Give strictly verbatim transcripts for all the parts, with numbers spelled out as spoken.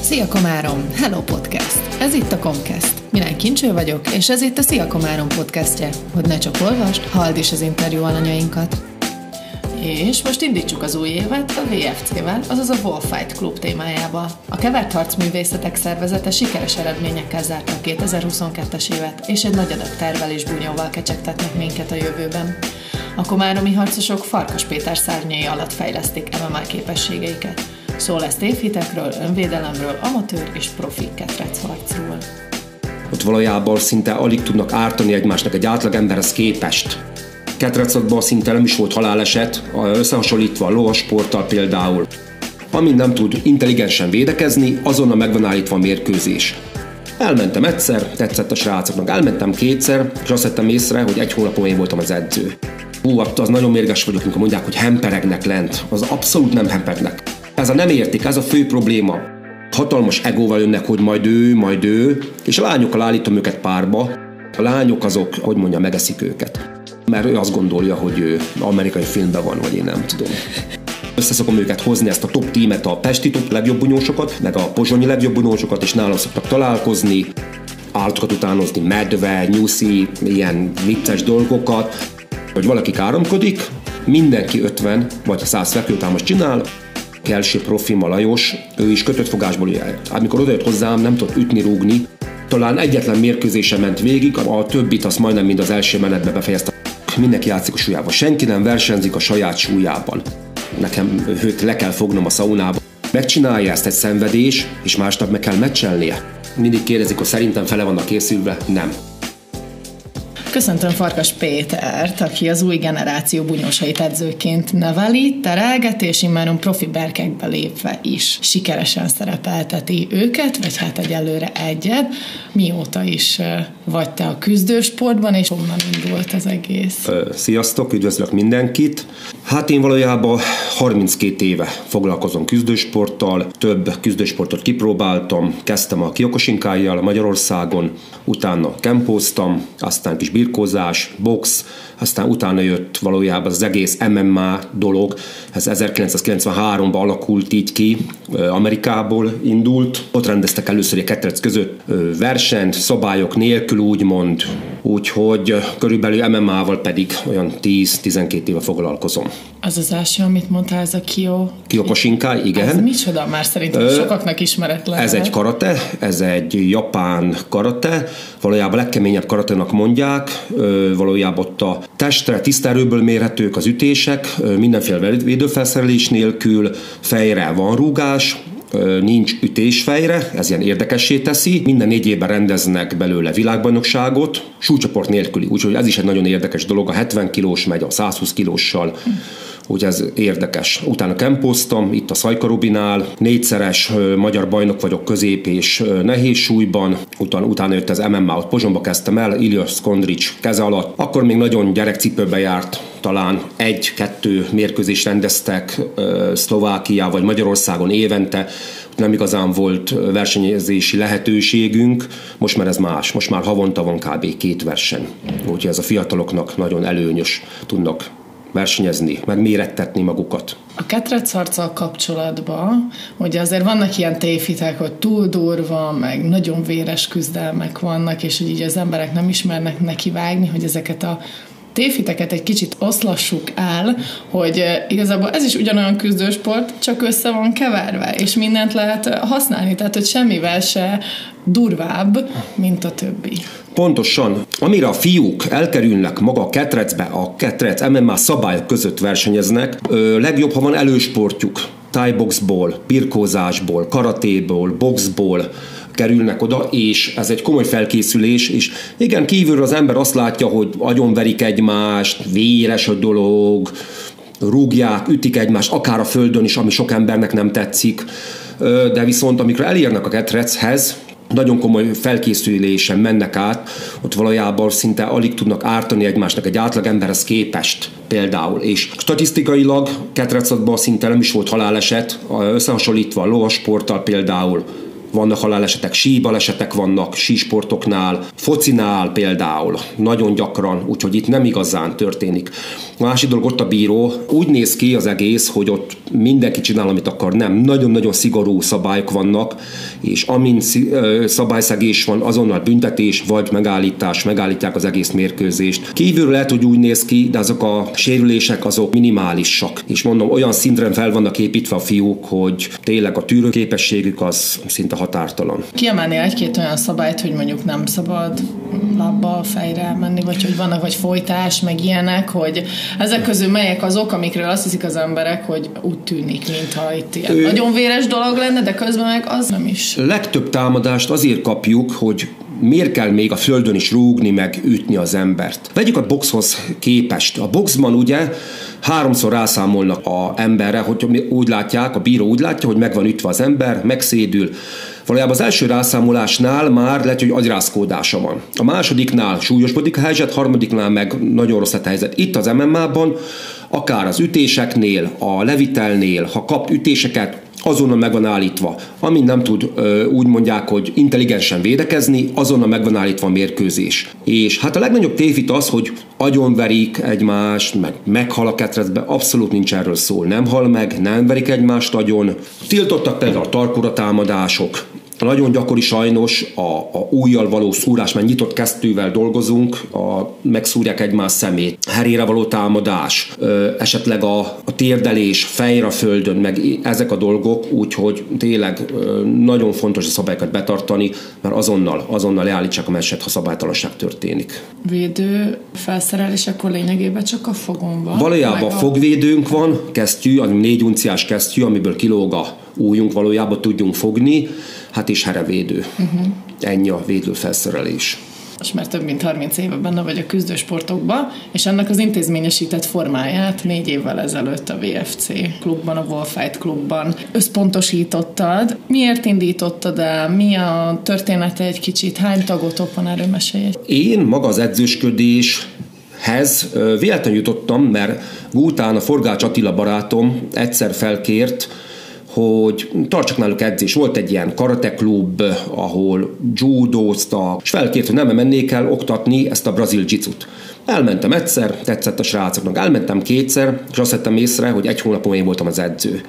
Szia Komárom! Hello Podcast! Ez itt a Comcast. Milány Kincső vagyok, és ez itt a Szia Komárom podcastje, hogy ne csak olvasd, halld is az interjú alanyainkat. És most indítsuk az új évet a vé ef cé-vel, azaz a Wolfight Club témájába. A Kevert Harcművészetek Szervezete sikeres eredményekkel zárta a kétezer-huszonkettes évet, és egy nagy adag tervel és búnyóval kecsegtetnek minket a jövőben. A komáromi harcosok Farkas Péter szárnyai alatt fejlesztik em em á képességeiket. Szó lesz tévhitekről, önvédelemről, amatőr és profi ketrecharcról. Ott valójában szinte alig tudnak ártani egymásnak egy átlag emberhez képest. Ketrecatban szinte nem is volt haláleset, összehasonlítva a lovasporttal például. Amint nem tud intelligensen védekezni, azonnal meg van állítva a mérkőzés. Elmentem egyszer, tetszett a srácoknak, elmentem kétszer, és azt vettem észre, hogy egy hónapon én voltam az edző. Hú, az nagyon mérges vagyok, amikor mondják, hogy hemperegnek lent. Az abszolút nem hemperegnek. Ez a nem értik, ez a fő probléma. Hatalmas egóval jönnek, hogy majd ő, majd ő, és a lányokkal állítom őket párba. A lányok azok, hogy mondja, megeszik őket. Mert ő azt gondolja, hogy ő amerikai filmben van, vagy én nem tudom. Összeszokom őket hozni, ezt a top tímet, a pesti top legjobb bunyósokat, meg a pozsonyi legjobb bunyósokat, és nálam szoktak találkozni, állatokat utánozni, medve, nyuszi, ilyen vicces dolgokat. Hogy valaki káromkodik, mindenki ötven vagy száz fekvőtámaszt csinál. Kelső profim, a Lajos, ő is kötött fogásból járt. Amikor odajött hozzám, nem tudott ütni, rúgni. Talán egyetlen mérkőzésen ment végig, a többit azt majdnem mind az első menetbe befejezte. Mindenki játszik a súlyában, senki nem versenyzik a saját súlyában. Nekem őt le kell fognom a szaunába. Megcsinálja ezt egy szenvedés, és másnap meg kell meccselnie. Mindig kérdezik, hogy szerintem fele vannak készülve. Nem. Köszöntöm Farkas Pétert, aki az új generáció bunyósait edzőként neveli, terelgeti, és immáron profi berkekbe lépve is sikeresen szerepelteti őket, vagy hát egyelőre egyet. Mióta is vagy te a küzdősportban, és honnan indult az egész? Sziasztok, üdvözlök mindenkit! Hát én valójában harminckét éve foglalkozom küzdősporttal, több küzdősportot kipróbáltam, kezdtem a Kyokushinkai-jal Magyarországon, utána kempóztam, aztán kis birkózás, box, aztán utána jött valójában az egész em em á dolog, ez ezerkilencszázkilencvenháromban alakult így ki, Amerikából indult, ott rendeztek először a ketrec között versenyt, szabályok nélkül úgymond, úgyhogy körülbelül em em á-val pedig olyan tíz-tizenkét éve foglalkozom. Az az első, amit mondtál, ez a Kyo... Kyokushinkai, igen. Ez micsoda? Már szerintem Ö, sokaknak ismeretlen. Ez egy karate, ez egy japán karate, valójában legkeményebb karaténak mondják, valójában ott a testre, tiszterőből mérhetők az ütések, mindenféle védőfelszerelés nélkül, fejre van rúgás, nincs ütés fejre, ez ilyen érdekessé teszi. Minden négy évben rendeznek belőle világbajnokságot, súlycsoport nélküli, úgyhogy ez is egy nagyon érdekes dolog, a hetven kilós megy a százhúsz kilóssal, úgy ez érdekes. Utána kempóztam, itt a Szajkarubinál, négyszeres magyar bajnok vagyok közép és nehéz súlyban, utána, utána jött az em em á, ott Pozsonyba kezdtem el, Ilias Skondrics keze alatt, akkor még nagyon gyerekcipőbe járt, talán egy-kettő mérkőzést rendeztek Szlovákia vagy Magyarországon évente, nem igazán volt versenyezési lehetőségünk, most már ez más, most már havonta van kb. Két verseny, úgyhogy ez a fiataloknak nagyon előnyös, tudnak versenyezni, meg mérettetni magukat. A ketrecharccal kapcsolatban, ugye azért vannak ilyen tévhitek, hogy túl durva, meg nagyon véres küzdelmek vannak, és hogy így az emberek nem ismernek neki vágni, hogy ezeket a tévhiteket egy kicsit oszlassuk el, hogy igazából ez is ugyanolyan küzdősport, csak össze van keverve, és mindent lehet használni, tehát hogy semmivel se durvább, mint a többi. Pontosan. Amire a fiúk elkerülnek maga a ketrecbe, a ketrec em em á szabályok között versenyeznek, ö, legjobb, ha van elősportjuk. Thai-boxból, birkózásból, karatéból, boxból kerülnek oda, és ez egy komoly felkészülés, és igen, kívülről az ember azt látja, hogy agyonverik egymást, véres a dolog, rúgják, ütik egymást, akár a földön is, ami sok embernek nem tetszik, de viszont amikor elérnek a ketrechez, nagyon komoly felkészülésen mennek át, ott valójában szinte alig tudnak ártani egymásnak egy átlag emberhez képest például, és statisztikailag ketrecatban szinte nem is volt haláleset, összehasonlítva a lovasporttal például. vannak halálesetek, síbalesetek vannak sísportoknál, focinál például, nagyon gyakran, úgyhogy itt nem igazán történik. A másik dolog, ott a bíró, úgy néz ki az egész, hogy ott mindenki csinál, amit akar, nem. Nagyon-nagyon szigorú szabályok vannak, és amint szabályszegés van, azonnal büntetés, vagy megállítás, megállítják az egész mérkőzést. Kívülről lehet, hogy úgy néz ki, de azok a sérülések azok minimálisak. És mondom, olyan szintre fel vannak építve a fiúk, hogy tényleg a tűrőképességük az szinte határtalan. Kiemelnél egy-két olyan szabályt, hogy mondjuk nem szabad lábbal fejre menni, vagy hogy vannak, vagy folytás, meg ilyenek, hogy ezek közül melyek azok, amikről azt hiszik az emberek, hogy úgy tűnik, mintha itt ilyen Ő... nagyon véres dolog lenne, de közben meg az nem is. Legtöbb támadást azért kapjuk, hogy miért kell még a földön is rúgni, meg ütni az embert. Vegyük a boxhoz képest. A boxban ugye háromszor rászámolnak az emberre, hogy úgy látják, a bíró úgy látja, hogy meg van ütve az ember, megszédül. Valójában az első rászámolásnál már lehet, hogy agyrázkódása van. A másodiknál súlyosbodik a helyzet, harmadiknál meg nagyon rossz a helyzet. Itt az em em á-ban, akár az ütéseknél, a levitelnél, ha kap ütéseket, azonnal meg van állítva. Amint nem tud, úgy mondják, hogy intelligensen védekezni, azonnal meg van állítva a mérkőzés. És hát a legnagyobb tévhit az, hogy agyonverik egymást, meg meghal a ketrecbe, abszolút nincs erről szó. Nem hal meg, nem verik egymást agyon. Tiltottak például a tarkóra támadások. Nagyon gyakori sajnos a, a ujjal való szúrás, mert nyitott kesztyűvel dolgozunk, a, megszúrják egymás szemét. Herére való támadás, ö, esetleg a, a térdelés, fejre a földön, meg ezek a dolgok, úgyhogy tényleg ö, nagyon fontos a szabályokat betartani, mert azonnal, azonnal leállítsák a meccset, ha szabálytalanság történik. Védő felszerelés akkor lényegében csak a fogon van? Valójában a fogvédőnk van, kesztyű, ami négy unciás kesztyű, amiből kilóg a újunk, valójában tudjunk fogni, hát és herevédő. Uh-huh. Ennyi a védőfelszerelés. És már több mint harminc éve benne vagy a küzdősportokban, és ennek az intézményesített formáját négy évvel ezelőtt a vé ef cé klubban, a Wolfight klubban összpontosítottad. Miért indítottad el? Mi a története egy kicsit? Hány tagotok van, erről mesélj? Én maga az edzősködéshez véletlenül jutottam, mert utána a Forgács Attila barátom egyszer felkért, hogy tartsak náluk edzés. Volt egy ilyen karateklub, ahol judóztak, és felkért, hogy nem mennék el oktatni ezt a brazil jiu-jitsut. Elmentem egyszer, tetszett a srácoknak. Elmentem kétszer, és azt vettem észre, hogy egy hónapon én voltam az edző.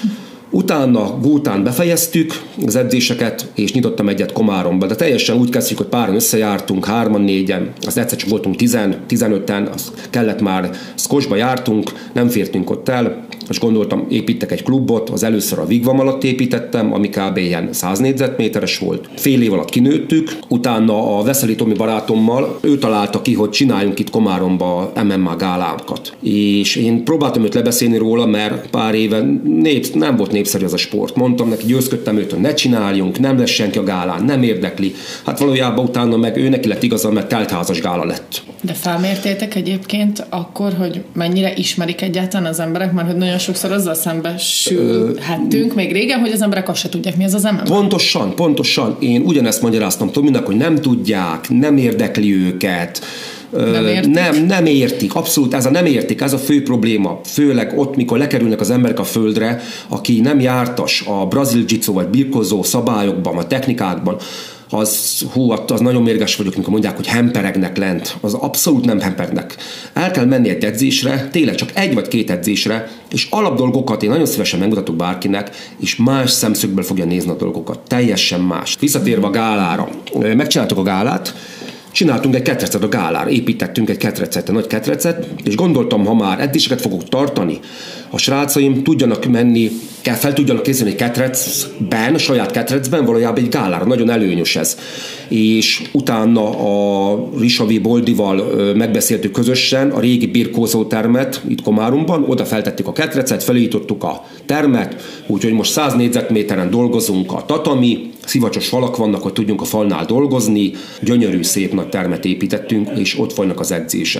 Utána Gútán befejeztük az edzéseket, és nyitottam egyet Komáromba, de teljesen úgy kezdjük, hogy páran összejártunk, hárman, négyen, az egyszer csak voltunk tizen, tizenöten, az kellett már, Szkosba jártunk, nem fértünk ott el, és gondoltam, építek egy klubot, az először a Vigvam alatt építettem, ami kb. Ilyen száz négyzetméteres volt. Fél év alatt kinőttük, utána a Veszeli Tomi barátommal, ő találta ki, hogy csináljunk itt Komáromba em em á gálánkat. És én próbáltam őt lebeszélni róla, mert pár éve népsz, nem volt népszerű az a sport. Mondtam neki, győzködtem őt, hogy ne csináljunk, nem lesz senki a gálán, nem érdekli. Hát valójában utána meg ő neki lett igaza, mert teltházas gála lett. De felmértétek egyébként akkor, hogy mennyire ismerik egyáltalán az emberek, mert hogy nagyon sokszor azzal szembesülhettünk még régen, hogy az emberek azt se tudják, mi az az em em á. Pontosan, pontosan. Én ugyanezt magyaráztam Tominak, hogy nem tudják, nem érdekli őket, Nem értik? Nem, nem értik, abszolút ez a nem értik, ez a fő probléma. Főleg ott, mikor lekerülnek az emberek a földre, aki nem jártas a brazil jiu-jitsu vagy birkozó szabályokban, vagy technikákban, az, hú, az nagyon mérges vagyok, mikor mondják, hogy hemperegnek lent. Az abszolút nem hemperegnek. El kell menni egy edzésre, tényleg csak egy vagy két edzésre, és alapdolgokat én nagyon szívesen megmutatok bárkinek, és más szemszögből fogja nézni a dolgokat. Teljesen más. Visszatérve a gálára. Megcsináltuk a gálát, csináltunk egy ketrecet a gálára, építettünk egy ketrecet, egy nagy ketrecet, és gondoltam, ha már edzéseket fogok tartani, a srácaim tudjanak menni, kell fel tudjanak készülni egy ketrecben, a saját ketrecben, valójában egy gálára, nagyon előnyös ez. És utána a Risavi Boldival megbeszéltük közösen a régi birkózótermet itt Komáromban, oda feltettük a ketrecet, felújítottuk a termet, úgyhogy most száz négyzetméteren dolgozunk, a tatami, szivacsos falak vannak, hogy tudjunk a falnál dolgozni, gyönyörű, szép nagy termet építettünk, és ott folynak az edzések.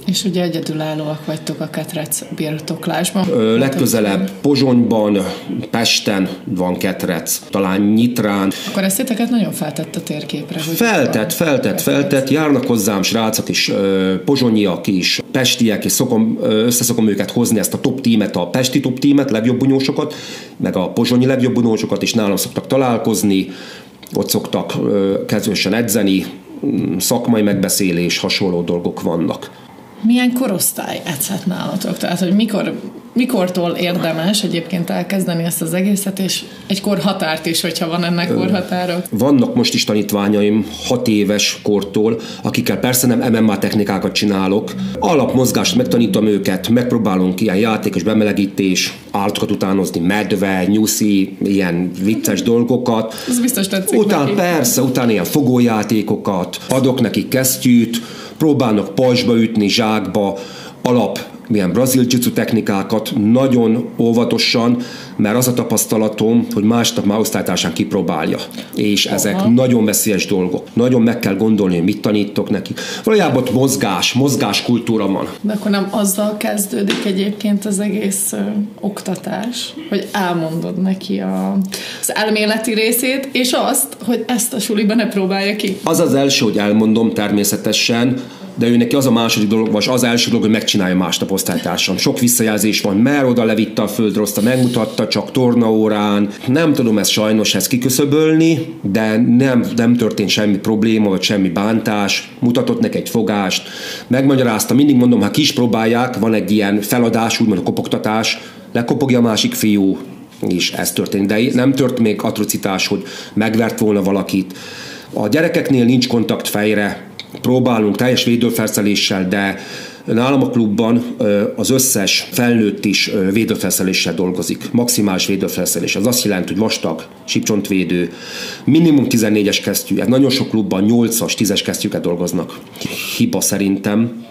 És ugye egyedülállóak vagytok a ketrec birtoklásban. Ö, legközelebb Pozsonyban, Pesten van ketrec, talán Nyitrán. Akkor ezt titeket nagyon feltett a térképre. Hogy feltett, feltett, feltett. Járnak hozzám srácok is, pozsonyiak is, pestiek, és szokom, összeszokom őket hozni, ezt a top tímet, a pesti top tímet, legjobb bunyósokat, meg a pozsonyi legjobb bunyósokat is nálam szoktak találkozni, ott szoktak kezdősen edzeni, szakmai megbeszélés, hasonló dolgok vannak. Milyen korosztály edzhet nálatok? Tehát, hogy mikor, mikortól érdemes egyébként elkezdeni ezt az egészet, és egy korhatárt is, hogyha van ennek korhatárok? Vannak most is tanítványaim hat éves kortól, akikkel persze nem em em á technikákat csinálok. Alapmozgást megtanítom őket, megpróbálunk ilyen játékos bemelegítés, állatokat utánozni, medve, nyuszi, ilyen vicces dolgokat. Ez biztos tetszik Után neki. Persze, utána ilyen fogójátékokat, adok nekik kesztyűt, próbálnak pajzsba ütni, zsákba, alap milyen brazil jiu-jitsu technikákat, nagyon óvatosan, mert az a tapasztalatom, hogy másnap már osztálytársán kipróbálja. És Aha. ezek nagyon veszélyes dolgok. Nagyon meg kell gondolni, hogy mit tanítok nekik. Valójában ott mozgás, mozgáskultúra van. De akkor nem azzal kezdődik egyébként az egész ö, oktatás, hogy elmondod neki a, az elméleti részét, és azt, hogy ezt a suliban ne próbálja ki. Az az első, hogy elmondom természetesen, de ő neki az a második dolog, vagy az első dolog, hogy megcsinálja másnap osztálytársam. Sok visszajelzés van, mert oda levitte a földre, azt megmutatta, csak tornaórán. Nem tudom ezt sajnos ezt kiküszöbölni, de nem, nem történt semmi probléma, vagy semmi bántás. Mutatott neki egy fogást, megmagyarázta, mindig mondom, ha ki is próbálják, van egy ilyen feladás, úgymond a kopogtatás, lekopogja a másik fiú, és ez történt. De nem tört még atrocitás, hogy megvert volna valakit. A gyerekeknél nincs kontakt fejre, próbálunk teljes védőfelszeléssel, de nálam a klubban az összes felnőtt is védőfelszeléssel dolgozik. Maximális védőfelszelés. Az azt jelenti, hogy vastag, sípcsontvédő, minimum tizennégyes kesztyű. Nagyon sok klubban nyolcas, tízes kesztyűket dolgoznak. Hiba szerintem.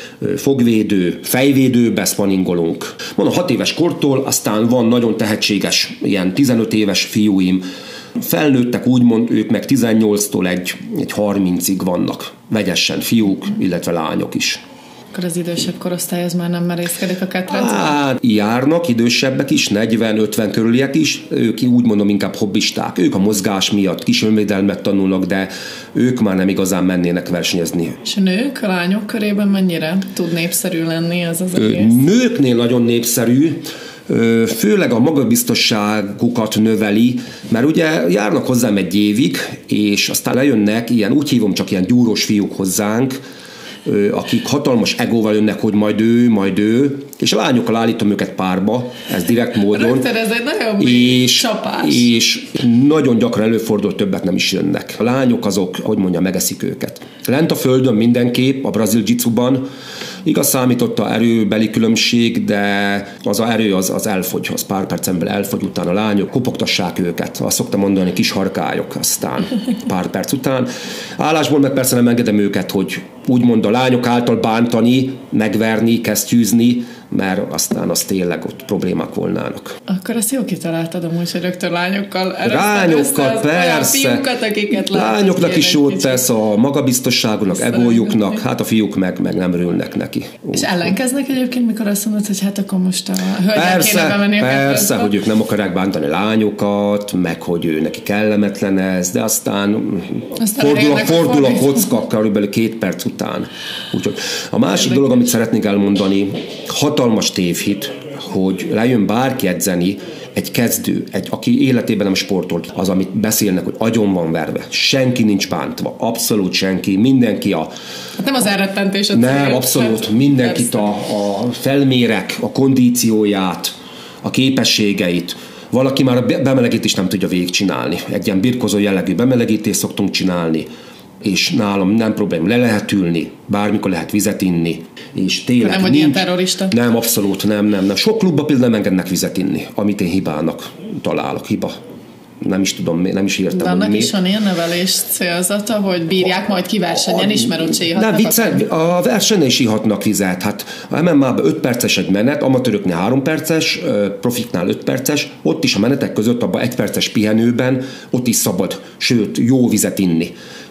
Fogvédő, fejvédőbe szpaningolunk. Mondom, hat éves kortól, aztán van nagyon tehetséges, ilyen tizenöt éves fiúim, felnőttek úgymond, ők meg tizennyolctól egy, egy harmincig vannak. Vegyesen fiúk, illetve lányok is. Akkor az idősebb korosztály az már nem merészkedik a ketrecben? Hát, járnak idősebbek is, negyven-ötven körüliek is, ők úgy mondom inkább hobbisták. Ők a mozgás miatt kis önvédelmet tanulnak, de ők már nem igazán mennének versenyezni. És a nők, a lányok körében mennyire tud népszerű lenni az az egész? Nőknél nagyon népszerű, főleg a magabiztosságukat növeli, mert ugye járnak hozzám egy évig, és aztán lejönnek, ilyen, úgy hívom, csak ilyen gyúrós fiúk hozzánk, akik hatalmas egóval jönnek, hogy majd ő, majd ő, és a lányokkal állítom őket párba, ez direkt módon. Rögtön ez egy nagyon és, csapás. És nagyon gyakran előfordul, többet nem is jönnek. A lányok azok, hogy mondja, megeszik őket. Lent a földön mindenképp, a brazil jiu-jitsuban, igaz, számított a erőbeli különbség, de az a erő az, az elfogy, az pár percen belül elfogy, utána a lányok kopogtassák őket. Azt szoktam mondani, kis harkályok, aztán pár perc után. Állásból meg persze nem engedem őket, hogy úgymond a lányok által bántani, megverni, kesztyűzni, mert aztán az tényleg ott problémák volnának. Akkor azt jó kitaláltad amúgy, hogy rögtön lányokkal Lányokkal, persze. Fiúkat, akiket lányoknak is jót tesz a magabiztosságuknak, egójuknak, hát a fiúk meg, meg nem örülnek neki. És ellenkeznek egyébként, mikor azt mondod, hogy hát akkor most a hölgyek kéne bemenni a Persze, hogy ők nem akarják bántani lányokat, meg hogy ő neki kellemetlen ez, de aztán, aztán fordul, a, fordul a kocka körülbelül két perc után. Úgyhogy a másik dolog, amit szeretnék elmondani, hatalmas tévhit, hogy lejön bárki edzeni, egy kezdő, egy, aki életében nem sportolt, az, amit beszélnek, hogy agyon van verve, senki nincs bántva, abszolút senki, mindenki a... Hát nem az elrettentés a cél. Nem, abszolút, hát, mindenkit a, a felmérek, a kondícióját, a képességeit. Valaki már a bemelegítést nem tudja végigcsinálni. Egy ilyen birkozó jellegű bemelegítést szoktunk csinálni, és nálam nem probléma, le lehet ülni, bármikor lehet vizet inni, és tényleg nem vagy ilyen terrorista? Nem, abszolút nem, nem, nem. Sok klubban például nem engednek vizet inni, amit én hibának találok, hiba. Nem is tudom, nem is értem. De annak is van ilyen nevelés célzata, hogy bírják majd ki versenyen is, mert ott ihatnak. Nem, vicce, a versenyen is ihatnak vizet. Hát a em em á-ban öt perces egy menet, amatőröknél három perces, profiknál öt perces, ott is a menetek között, abban egy perces pihenőben, ott is szabad, sőt, jó vizet inni.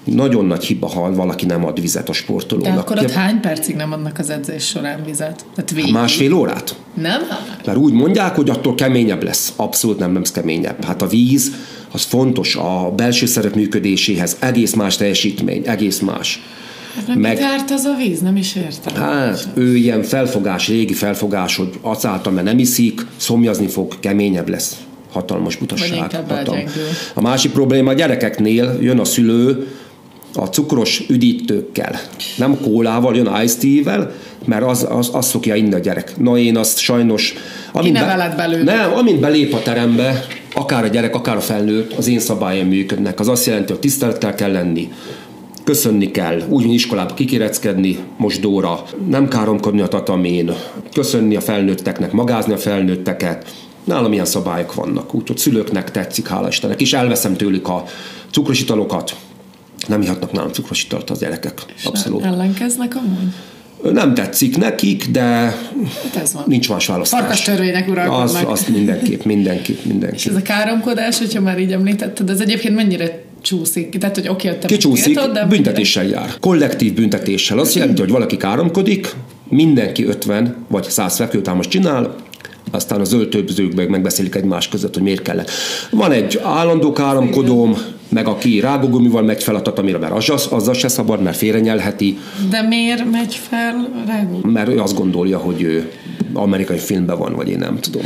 Nagyon nagy hiba, ha valaki nem ad vizet a sportolónak. De akkor ott hány percig nem adnak az edzés során vizet? Tehát másfél órát. Nem? Mert úgy mondják, hogy attól keményebb lesz. Abszolút nem lesz keményebb. Hát a víz az fontos a belső szerep működéséhez. Egész más teljesítmény, egész más. Hát meg mit árt az a víz? Nem is értem. Hát ő ilyen felfogás, régi felfogás, hogy azáltal, mert nem iszik, szomjazni fog, keményebb lesz. Hatalmas butaság. Hatalmas. A másik probléma a gyerekeknél jön a szülő a cukros üdítőkkel. Nem kólával, jön Ice Tea-vel, mert az, az, az szokja inni a gyerek. Na én azt sajnos... Kineveled belőle. Nem, amint belép a terembe, akár a gyerek, akár a felnőtt, az én szabályom működnek. Az azt jelenti, hogy tisztelettel kell lenni, köszönni kell, úgy, mint iskolába kikéreckedni, mosdóra, nem káromkodni a tatamén, köszönni a felnőtteknek, magázni a felnőtteket. Nálam ilyen szabályok vannak, úgyhogy szülőknek tetszik, hála Istennek, és elveszem tőlük a cukros italokat. Nem ihatnak nálam cukros italt az gyerekek. Abszolút. Ellenkeznek amúgy? Nem tetszik nekik, de hát nincs más választás. Farkas törvények uralkodnak. Az, az mindenképp, mindenképp, mindenképp. És ez a káromkodás, hogyha már így említetted, ez egyébként mennyire csúszik? Tehát, hogy oké, hogy te kicsúszik, tiltod, de büntetéssel mennyire? Jár. Kollektív büntetéssel. Azt jelenti, hogy valaki káromkodik, mindenki ötven vagy száz fekvőtámaszt csinál, aztán az öltözőkben megbeszélik egymás között, hogy miért kellett. Van egy állandó káromkodóm, meg aki rágógumival megy fel a tatamira, mert az, azzal se szabad, mert félrenyelheti. De miért megy fel rágógumi? Mert ő azt gondolja, hogy ő amerikai filmben van, vagy én nem tudom.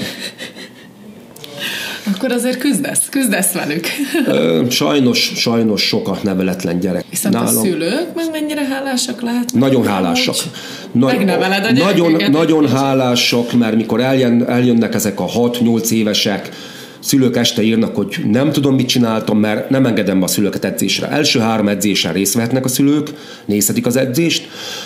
Akkor azért küzdesz, küzdesz velük. Sajnos, sajnos sok a neveletlen gyerek. Viszont nálam. A szülők meg mennyire hálásak lehetnek? Nagyon hálásak. Nagy, megneveled a nagyon, nagyon hálásak, mert mikor eljön, eljönnek ezek a hat-nyolc évesek, szülők este írnak, hogy nem tudom, mit csináltam, mert nem engedem be a szülőket edzésre. Első három edzésen részt vehetnek a szülők, nézhetik az edzést,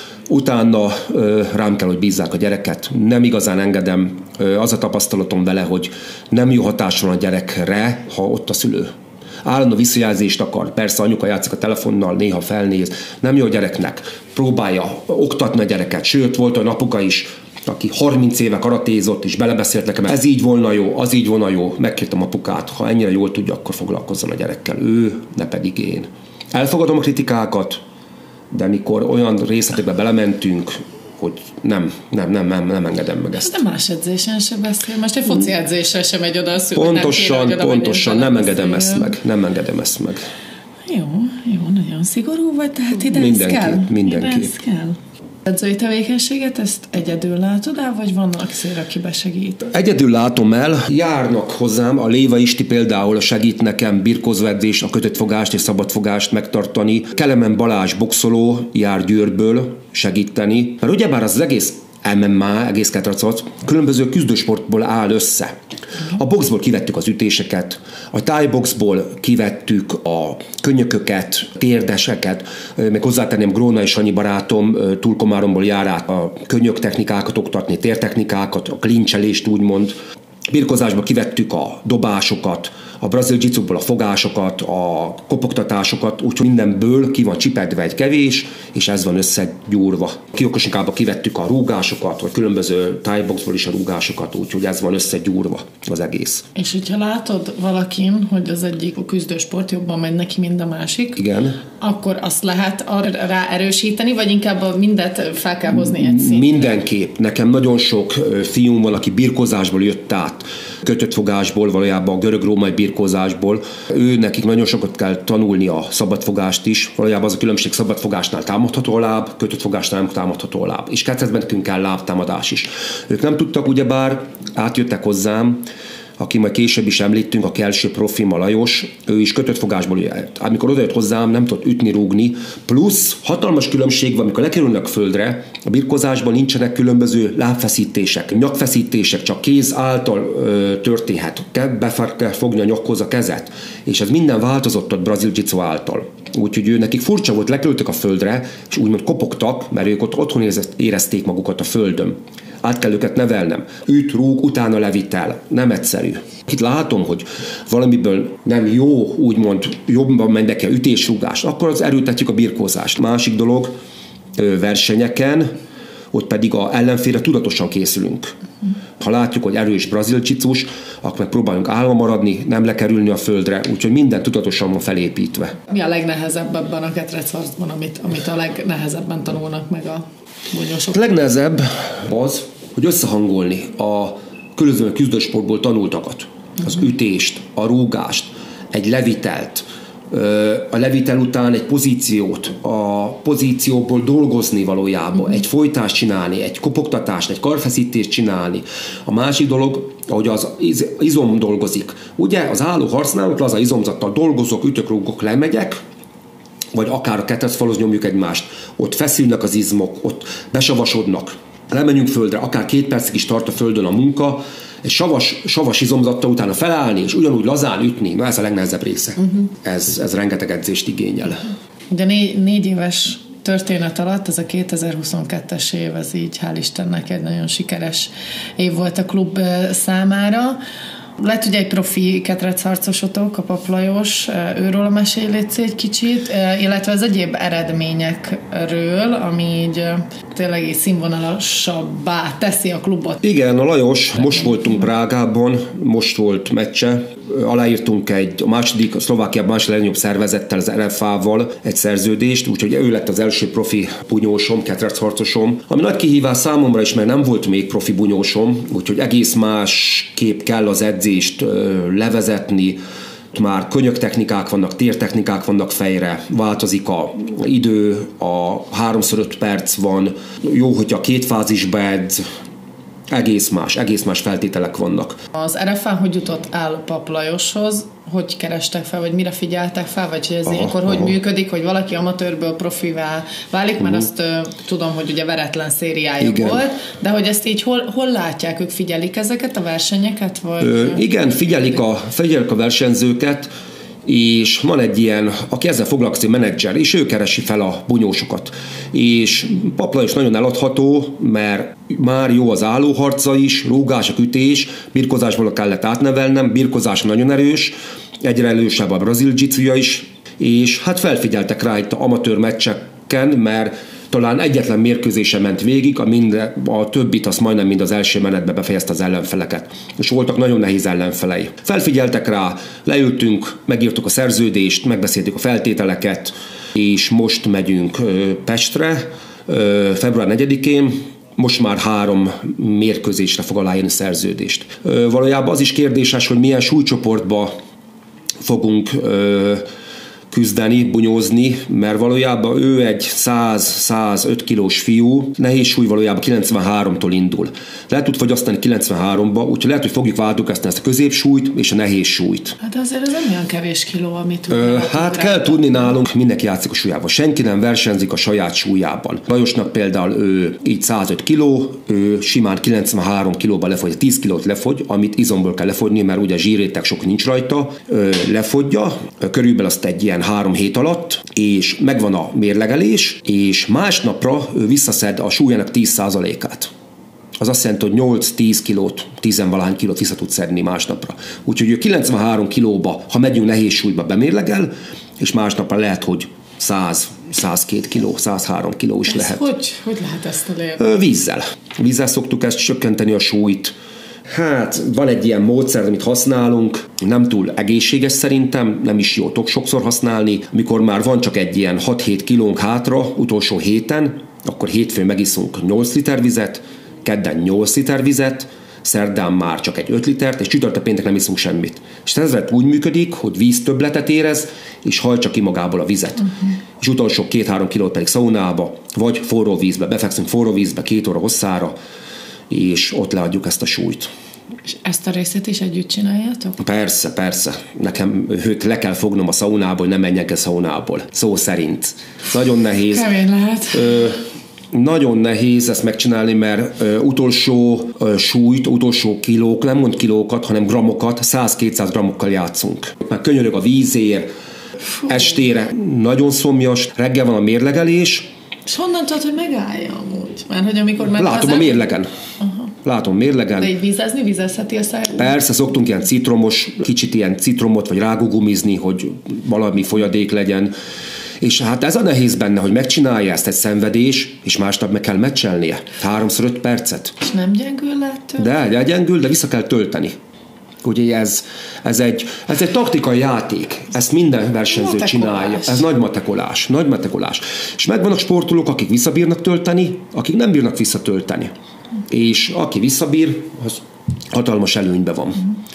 utána ö, rám kell, hogy bízzák a gyereket. Nem igazán engedem. Ö, az a tapasztalatom vele, hogy nem jó hatás van a gyerekre, ha ott a szülő. Állandó visszajelzést akar. Persze anyuka játszik a telefonnal, néha felnéz. Nem jó a gyereknek. Próbálja oktatni a gyereket. Sőt, volt olyan apuka is, aki harminc éve karatézott, és belebeszélt nekem, ez így volna jó, az így volna jó. Megkértem apukát, ha ennyire jól tudja, akkor foglalkozzon a gyerekkel. Ő, ne pedig én. Elfogadom a kritikákat, de mikor olyan részletekbe belementünk, hogy nem, nem, nem, nem, nem engedem meg ezt. De más edzésen sem beszél. Most egy foci edzésre sem megy oda a szülő. Pontosan, nem kéne, pontosan, nem engedem ezt meg. Nem engedem ezt meg. Jó, jó, nagyon szigorú vagy, tehát ide ez kell. Mindenképp. Ez kell. Edzői tevékenységet, ezt egyedül látod el, vagy vannak szél, aki besegít? Egyedül látom el, járnak hozzám, a Léva Isti például segít nekem birkózóedzést, a kötött fogást és szabadfogást megtartani. Kelemen Balázs boxoló jár Győrből segíteni, mert ugyebár az egész em em á, egész ketracot, különböző küzdősportból áll össze. A boxból kivettük az ütéseket, a thai-boxból kivettük a könnyököket, térdeseket, meg hozzátenném Grónai Sanyi barátom Túlkomáromból jár át a könnyök technikákat oktatni, tértechnikákat, a klincselést úgymond. Birkozásba kivettük a dobásokat, a brazil jiu-jitsuból a fogásokat, a kopogtatásokat, úgyhogy mindenből ki van csipedve egy kevés, és ez van összegyúrva. Kiokosinkába kivettük a rúgásokat, vagy különböző thai-boxból is a rúgásokat, úgyhogy ez van összegyúrva az egész. És hogyha látod valakin, hogy az egyik a küzdősport jobban megy neki, mint a másik, igen, akkor azt lehet rá erősíteni, vagy inkább mindet fel kell hozni egy szintre? Mindenképp. Nekem nagyon sok fiúm van, aki birkózásból jött át, kötött fogásból, valójában a görög-római birkózásból. Ő nekik nagyon sokat kell tanulni a szabadfogást is. Valójában az a különbség, szabadfogásnál támadható a láb, kötött fogásnál nem támadható a láb. És kezdetben nekünk kell lábtámadás is. Ők nem tudtak, ugyebár átjöttek hozzám, aki majd később is említünk, a első profim, a Lajos, ő is kötött fogásból jött. Amikor odajött hozzám, nem tudott ütni, rúgni, plusz hatalmas különbség van, amikor lekerülnek földre, a birkózásban nincsenek különböző lábfeszítések, nyakfeszítések, csak kéz által ö, történhet. Be kell fogni a nyakhoz a kezet, és ez minden változott a brazil jiu-jitsu által. Úgyhogy ő nekik furcsa volt, lekerültek a földre, és úgymond kopogtak, mert ők ott otthon érezték magukat a földön. Át kell őket nevelnem. Üt, rúg, utána levitel. Nem egyszerű. Itt látom, hogy valamiből nem jó, úgymond jobban megy neki a ütésrúgás, akkor az erőltetjük a birkózást. Másik dolog, versenyeken, ott pedig a ellenfélre tudatosan készülünk. Ha látjuk, hogy erős brazil csicus, akkor meg próbáljunk állva maradni, nem lekerülni a földre, úgyhogy minden tudatosan van felépítve. Mi a legnehezebb ebben a ketrecharcban, amit, amit a legnehezebben tanulnak meg a bunyósok? A legnehezebb az, hogy összehangolni a különböző küzdősportból tanultakat. Az ütést, a rúgást, egy levitelt, a levitel után egy pozíciót, a pozícióból dolgozni valójában, egy folytást csinálni, egy kopogtatást, egy karfeszítést csinálni. A másik dolog, hogy az izom dolgozik. Ugye az álló harcnál, az a izomzattal dolgozok, ütök, rúgok, lemegyek, vagy akár a ketrecfalhoz nyomjuk egymást. Ott feszülnek az izmok, ott besavasodnak. Lemenjünk földre, akár két percig is tart a földön a munka, egy savas, savas izomzattal utána felállni, és ugyanúgy lazán ütni, na ez a legnehezebb része. Uh-huh. Ez, ez rengeteg edzést igényel. Ugye négy, négy éves történet alatt, ez a kétezer-huszonkettes év, ez így hál' Istennek egy nagyon sikeres év volt a klub számára. Lett ugye egy profi ketrecharcosotok, a Papp Lajos, őről mesélj légy egy kicsit, illetve az egyéb eredményekről, ami így tényleg így színvonalasabbá teszi a klubot. Igen, a Lajos, most voltunk Prágában, most volt meccse, aláírtunk egy a második, a Szlovákiában második legnagyobb szervezettel, az er ef á-val egy szerződést, úgyhogy ő lett az első profi bunyósom, ketrecharcosom, ami nagy kihívás számomra is, mert nem volt még profi bunyósom, úgyhogy egész más kép kell az edzést levezetni, már könyöktechnikák vannak, tértechnikák vannak fejre, változik a idő, a háromszor öt perc van, jó, hogyha két fázisba edz, egész más, egész más feltételek vannak. Az er ef á hogy jutott el Papp Lajoshoz? Hogy kerestek fel, vagy mire figyeltek fel, vagy hogy ez aha, ilyenkor aha. hogy működik, hogy valaki amatőrből profivá válik, mert uh-huh. azt uh, tudom, hogy ugye veretlen szériája igen. volt, de hogy ezt így hol, hol látják, ők figyelik ezeket a versenyeket? Vagy... Ö, igen, figyelik a, figyelik a versenyzőket, és van egy ilyen, aki ezzel foglalkozik, menedzser, és ő keresi fel a bunyósokat. És Papp Lajos nagyon eladható, mert már jó az állóharca is, rúgás, a ütés, birkozásból kellett átnevelnem, birkozás nagyon erős, egyre erősebb a brazil jiu-jitsuja is, és hát felfigyeltek rá itt amatőr meccseken, mert talán egyetlen mérkőzésen ment végig, a, minden, a többit azt majdnem mind az első menetbe befejezte az ellenfeleket. És voltak nagyon nehéz ellenfelei. Felfigyeltek rá, leültünk, megírtuk a szerződést, megbeszéltük a feltételeket, és most megyünk Pestre, február negyedikén, most már három mérkőzésre fog aláírni szerződést. Valójában az is kérdéses, hogy milyen súlycsoportba fogunk küzdeni, bunyózni, mert valójában ő egy száz-százöt kilós fiú, nehéz súly valójában kilencvenháromtól indul. Lehet tud fogyasztani kilencvenháromba, úgyhogy lehet, hogy fogjuk változtatni ezt a középsúlyt és a nehéz súlyt. Hát azért ez nem olyan kevés kiló, amit Ö, Hát kell tudni nálunk, mindenki játszik a súlyában. Senki nem versenyzik a saját súlyában. Lajosnak például ő így százöt kiló, ő simán kilencvenhárom kilóba lefogy, tíz kilót lefogy, amit izomból kell lefogyni, mert ugye zsírréteg sok nincs rajta, ö, lefogyja, körülbelül azt egy ilyen három hét alatt, és megvan a mérlegelés, és másnapra ő visszaszed a súlyának tíz százalékát. Az azt jelenti, hogy nyolc-tíz kilót, tíz-valahány kilót vissza tud szedni másnapra. Úgyhogy ő kilencvenhárom kilóba, ha megyünk nehéz súlyba, bemérlegel, és másnapra lehet, hogy száz-százkettő kiló, százhárom kiló is ez lehet. Hogy, hogy lehet ezt elérni? Vízzel. Vízzel szoktuk ezt csökkenteni a súlyt. Hát van egy ilyen módszer, amit használunk, nem túl egészséges szerintem, nem is jó sokszor használni. Mikor már van csak egy ilyen hat-hét kilónk hátra, utolsó héten, akkor hétfőn megiszunk nyolc liter vizet, kedden nyolc liter vizet, szerdán már csak egy öt litert, és csütörtök péntek nem iszunk semmit. És ez úgy működik, hogy víz többletet érez, és hajtsa ki magából a vizet. Uh-huh. És utolsó két-három kilót pedig szaunába, vagy forró vízbe, befekszünk forró vízbe két óra hosszára, és ott leadjuk ezt a súlyt. És ezt a részét is együtt csináljátok? Persze, persze. Nekem őt le kell fognom a szaunából, hogy nem menjek a szaunából. Szó szerint. Nagyon nehéz. Kemény lehet. Ö, nagyon nehéz ezt megcsinálni, mert ö, utolsó ö, súlyt, utolsó kilók, nem mond kilókat, hanem gramokat, száz-kétszáz gramokkal játszunk. Már könyörög a vízér, Fú. estére nagyon szomjas, reggel van a mérlegelés. És honnan tudod, hogy megállja amúgy? Mert hogy amikor meg Látom a mérlegen. Aha. Látom mérlegen. De így vízezni, vízezheti a száját? Persze, szoktunk ilyen citromos, kicsit ilyen citromot, vagy rágógumizni, hogy valami folyadék legyen, És hát ez a nehéz benne, hogy megcsinálja ezt egy szenvedés, és másnap meg kell meccselnie. Háromszor öt percet. És nem gyengül le tőle? De, gyengül, de vissza kell tölteni. Ugye ez, ez, egy, ez egy taktikai játék. Ezt minden versenyző csinálja. Ez nagy matekolás. Nagy matekolás. És megvannak sportolók, akik visszabírnak tölteni, akik nem bírnak visszatölteni. És aki visszabír, az hatalmas előnyben van.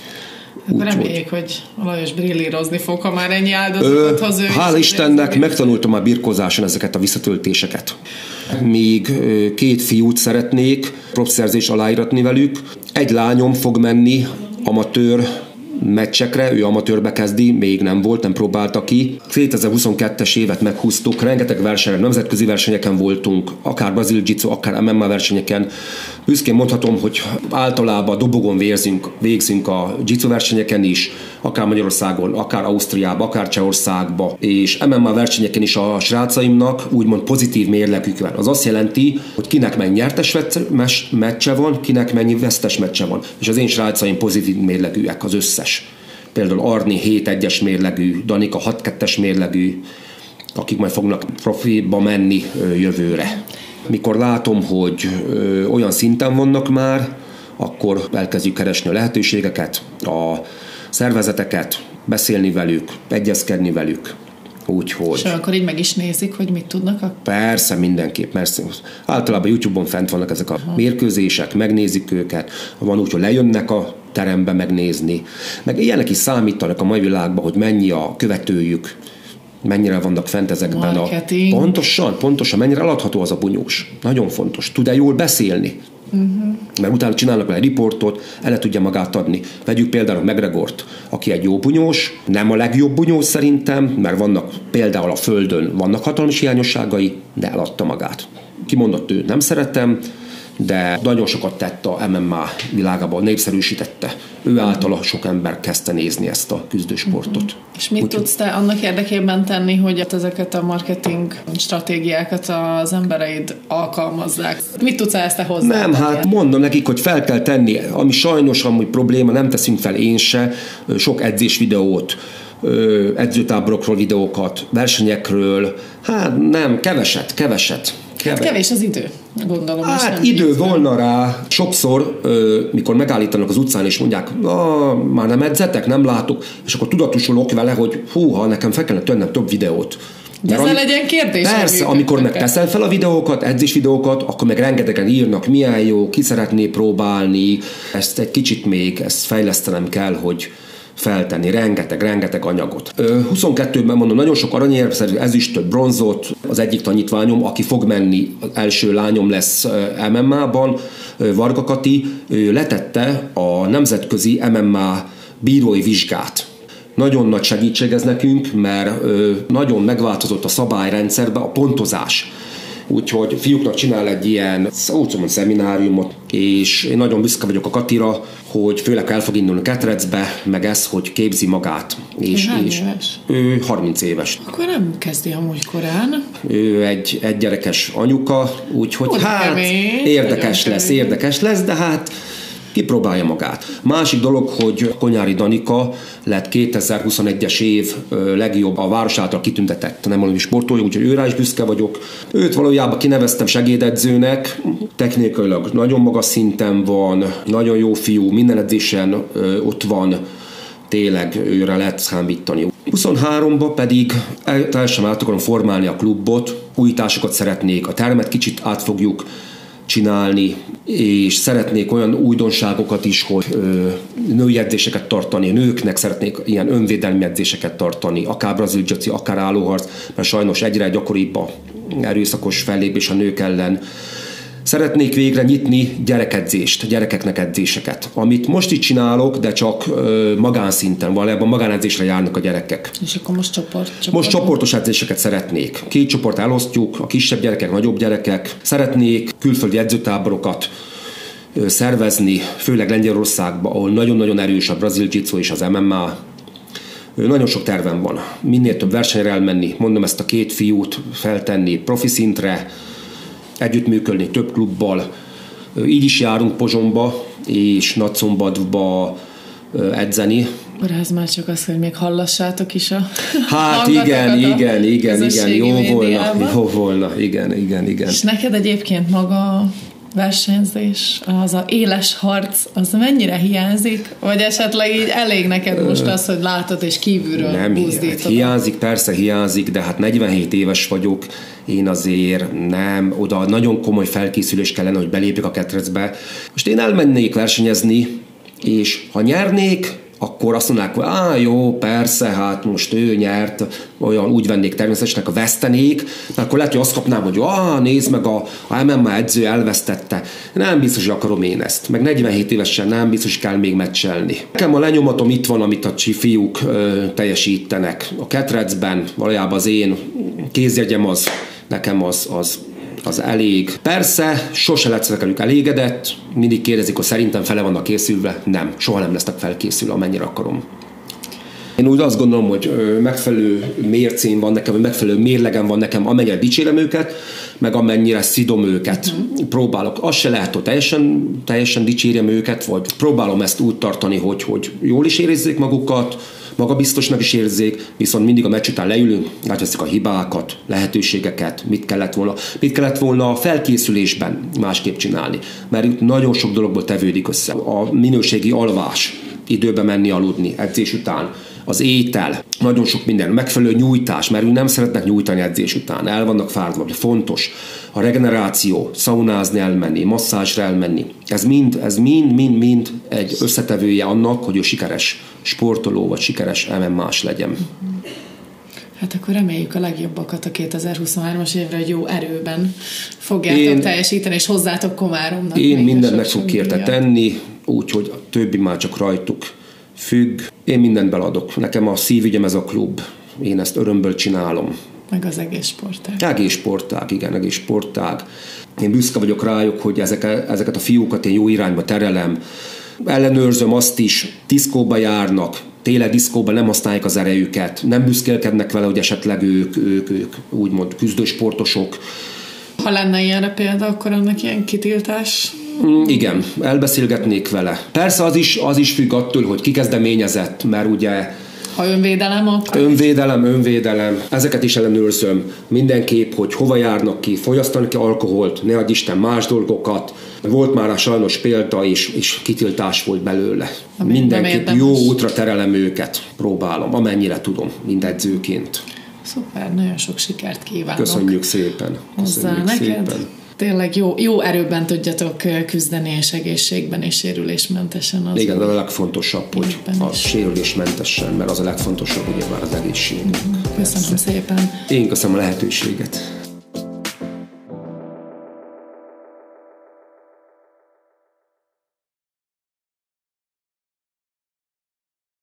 Akkor reméljük, hogy Lajos brillírozni fog, ha már ennyi áldozatot hoz ő. Hál' Istennek megtanultam már birkózáson ezeket a visszatöltéseket. Még két fiút szeretnék profszerzés aláíratni velük. Egy lányom fog menni amatőr meccsekre, ő amatőrbe kezdi, még nem volt, nem próbálta ki. kétezer-huszonkettes évet meghúztuk, rengeteg versenyen, nemzetközi versenyeken voltunk, akár brazil jiu-jitsu, akár em em á versenyeken. Büszkén mondhatom, hogy általában dobogon vérzünk, végzünk a jiu-jitsu versenyeken is, akár Magyarországon, akár Ausztriában, akár Csehországban, és em em á versenyeken is a srácaimnak úgymond pozitív mérlegük van. Az azt jelenti, hogy kinek mennyi nyertes meccse van, kinek mennyi vesztes meccse van. És az én srácaim pozitív mérlegűek, az összes. Például Arni hét egyes mérlegű, Danika hat kettes mérlegű, akik majd fognak profiba menni jövőre. Mikor látom, hogy olyan szinten vannak már, akkor elkezdjük keresni a lehetőségeket, a szervezeteket, beszélni velük, egyezkedni velük. Úgyhogy... És akkor így meg is nézik, hogy mit tudnak? A... Persze, mindenképp. Persze. Általában YouTube-on fent vannak ezek a mérkőzések, megnézik őket, van úgy, hogy lejönnek a terembe megnézni. Meg ilyenek is számítanak a mai világban, hogy mennyi a követőjük, mennyire vannak fent ezekben marketing. A... Pontosan, pontosan, mennyire eladható az a bunyós. Nagyon fontos. Tud-e jól beszélni? Uh-huh. Mert utána csinálnak vele riportot, el tudja magát adni. Vegyük például McGregort, aki egy jó bunyós, nem a legjobb bunyós szerintem, mert vannak például a földön vannak hatalmas hiányosságai, de eladta magát. Kimondott, ő nem szeretem, de nagyon sokat tett a em em á világában, népszerűsítette. Ő általa sok ember kezdte nézni ezt a küzdősportot. Uh-huh. És mit Úgy, tudsz te annak érdekében tenni, hogy ezeket a marketing stratégiákat az embereid alkalmazzák? Mit tudsz ezt te hozzá? Nem, hát mondom nekik, hogy fel kell tenni, ami sajnos amúgy probléma, nem teszünk fel én se, sok edzés videót, edzőtáborokról videókat, versenyekről, hát nem, keveset, keveset. Hát kevés az idő, gondolom. Hát idő volna rá. Sokszor, mikor megállítanak az utcán, és mondják, már nem edzetek, nem látok, és akkor tudatosulok vele, hogy húha, nekem fel kellene tennem több videót. De ez legyen kérdés. Persze, amikor meg teszel fel a videókat, edzés videókat, akkor meg rengetegen írnak, milyen jó, ki szeretné próbálni, ezt egy kicsit még, ezt fejlesztenem kell, hogy feltenni rengeteg, rengeteg anyagot. huszonkettőben mondom, nagyon sok aranyérmet, ezüstöt, bronzot, az egyik tanítványom, aki fog menni, az első lányom lesz em em á-ban, Varga Kati, letette a nemzetközi em em á bírói vizsgát. Nagyon nagy segítség ez nekünk, mert nagyon megváltozott a szabályrendszerben a pontozás. Úgyhogy fiúknak csinál egy ilyen szóval szemináriumot, és én nagyon büszke vagyok a Katira, hogy főleg el fog indulni Ketrecbe, meg ez, hogy képzi magát. És, Hány és éves? Ő harminc éves. Akkor nem kezdi amúgy korán. Ő egy, egy gyerekes anyuka, úgyhogy Úgy hát kemény, érdekes lesz, kemény. érdekes lesz, de hát kipróbálja magát. Másik dolog, hogy Konyári Danika lett kétezer-huszonegyes év legjobb a város által kitüntetett nem olimpiai sportoló, úgyhogy őrá is büszke vagyok. Őt valójában kineveztem segédedzőnek, technikailag nagyon magas szinten van, nagyon jó fiú, minden edzésen ott van, tényleg őre lehet számítani. huszonháromban pedig teljesen át akarom formálni a klubot, újításokat szeretnék, a termet kicsit át fogjuk csinálni, és szeretnék olyan újdonságokat is, hogy ö, női edzéseket tartani, nőknek szeretnék ilyen önvédelmi edzéseket tartani, akár brazil jiu-jitsu, akár állóharc, mert sajnos egyre gyakoribb a erőszakos fellépés a nők ellen. Szeretnék végre nyitni gyerekedzést, gyerekeknek edzéseket, amit most itt csinálok, de csak ö, magánszinten, valójában magánedzésre járnak a gyerekek. És akkor most csoport, csoport? Most csoportos edzéseket szeretnék. Két csoport elosztjuk, a kisebb gyerekek, nagyobb gyerekek. Szeretnék külföldi edzőtáborokat ö, szervezni, főleg Lengyelországban, ahol nagyon-nagyon erős a brazil jiu-jitsu és az em em á. Ö, nagyon sok tervem van. Minél több versenyre elmenni, mondom ezt a két fiút feltenni profi szintre, együttműködni több klubbal. Így is járunk Pozsonyba és Nagyszombatba edzeni, Akkor ez már csak az, hogy még hallassátok is a Hát igen, igen, igen, igen, jó volna, jó volna, igen, igen, igen. És neked egyébként maga versenyzés, az a éles harc, az mennyire hiányzik? Vagy esetleg így elég neked most az, hogy látod és kívülről nem, buzdítod? Hát hiányzik, persze hiányzik, de hát negyvenhét éves vagyok, én azért nem, oda nagyon komoly felkészülés kellene, hogy belépjek a ketrecbe. Most én elmennék versenyezni, és ha nyernék, akkor azt mondják, hogy á, jó, persze, hát most ő nyert, olyan úgy vennék természetesnek, a vesztenék, de akkor lehet, hogy azt kapnám, hogy á, nézd meg, a, a em em á edző elvesztette. Nem biztos, hogy akarom én ezt. Meg negyvenhét évesen nem biztos, hogy kell még meccselni. Nekem a lenyomatom itt van, amit a fiúk ö, teljesítenek. A ketrecben valójában az én kézjegyem az, nekem az, az az elég. Persze, sose leszek velük elégedett, mindig kérdezik, hogy szerintem fele vannak készülve. Nem, soha nem lesznek felkészülve, amennyire akarom. Én úgy azt gondolom, hogy megfelelő mércén van nekem, vagy megfelelő mérlegem van nekem, amennyire dicsérem őket, meg amennyire szidom őket. Mm. Próbálok. Az se lehet, hogy teljesen, teljesen dicsérjem őket, vagy próbálom ezt úgy tartani, hogy, hogy jól is érezzék magukat, magabiztosnak is érzék, viszont mindig a meccs után leülünk, átveszik a hibákat, lehetőségeket, mit kellett volna, mit kellett volna a felkészülésben másképp csinálni. Mert itt nagyon sok dologból tevődik össze. A minőségi alvás, időbe menni aludni, edzés után, az étel, nagyon sok minden, megfelelő nyújtás, mert úgy nem szeretnek nyújtani edzés után, el vannak fáradva, fontos. A regeneráció, szaunázni elmenni, masszázsra elmenni, ez mind, ez mind, mind, mind egy összetevője annak, hogy ő sikeres sportoló, vagy sikeres em em á-s legyen. Hát akkor reméljük a legjobbakat a kétezer-huszonhármas évre, hogy jó erőben fogjátok én, teljesíteni, és hozzátok Komáromnak. Én mindent meg fogok érte tenni, úgyhogy a többi már csak rajtuk függ. Én mindent beladok. Nekem a szívügyem ez a klub. Én ezt örömből csinálom. Meg az egész sportág. Egész sportág, igen, egész sportág. Én büszke vagyok rájuk, hogy ezeket, ezeket a fiúkat én jó irányba terelem. Ellenőrzöm azt is, diszkóba járnak, tényleg diszkóban nem használják az erejüket, nem büszkélkednek vele, hogy esetleg ők, ők, ők úgymond küzdősportosok. Ha lenne ilyenre példa, akkor annak ilyen kitiltás? Mm, igen, elbeszélgetnék vele. Persze az is, az is függ attól, hogy ki kezdeményezett, mert ugye ha önvédelem, akkor... Önvédelem, önvédelem. Ezeket is ellenőrzöm mindenképp, hogy hova járnak ki, fogyasztani ki alkoholt, ne adj Isten más dolgokat. Volt már a sajnos példa, és, és kitiltás volt belőle. Ami mindenképp jó útra terelem őket, próbálom, amennyire tudom, mint edzőként. Szuper, nagyon sok sikert kívánok. Köszönjük szépen. Köszönjük neked. szépen. Tényleg jó, jó erőben tudjatok küzdeni, és egészségben, és sérülésmentesen. Az igen, a legfontosabb, hogy a sérülésmentesen, mert az a legfontosabb, ugye már az egészségünk. Köszönöm szépen. Én köszönöm a lehetőséget.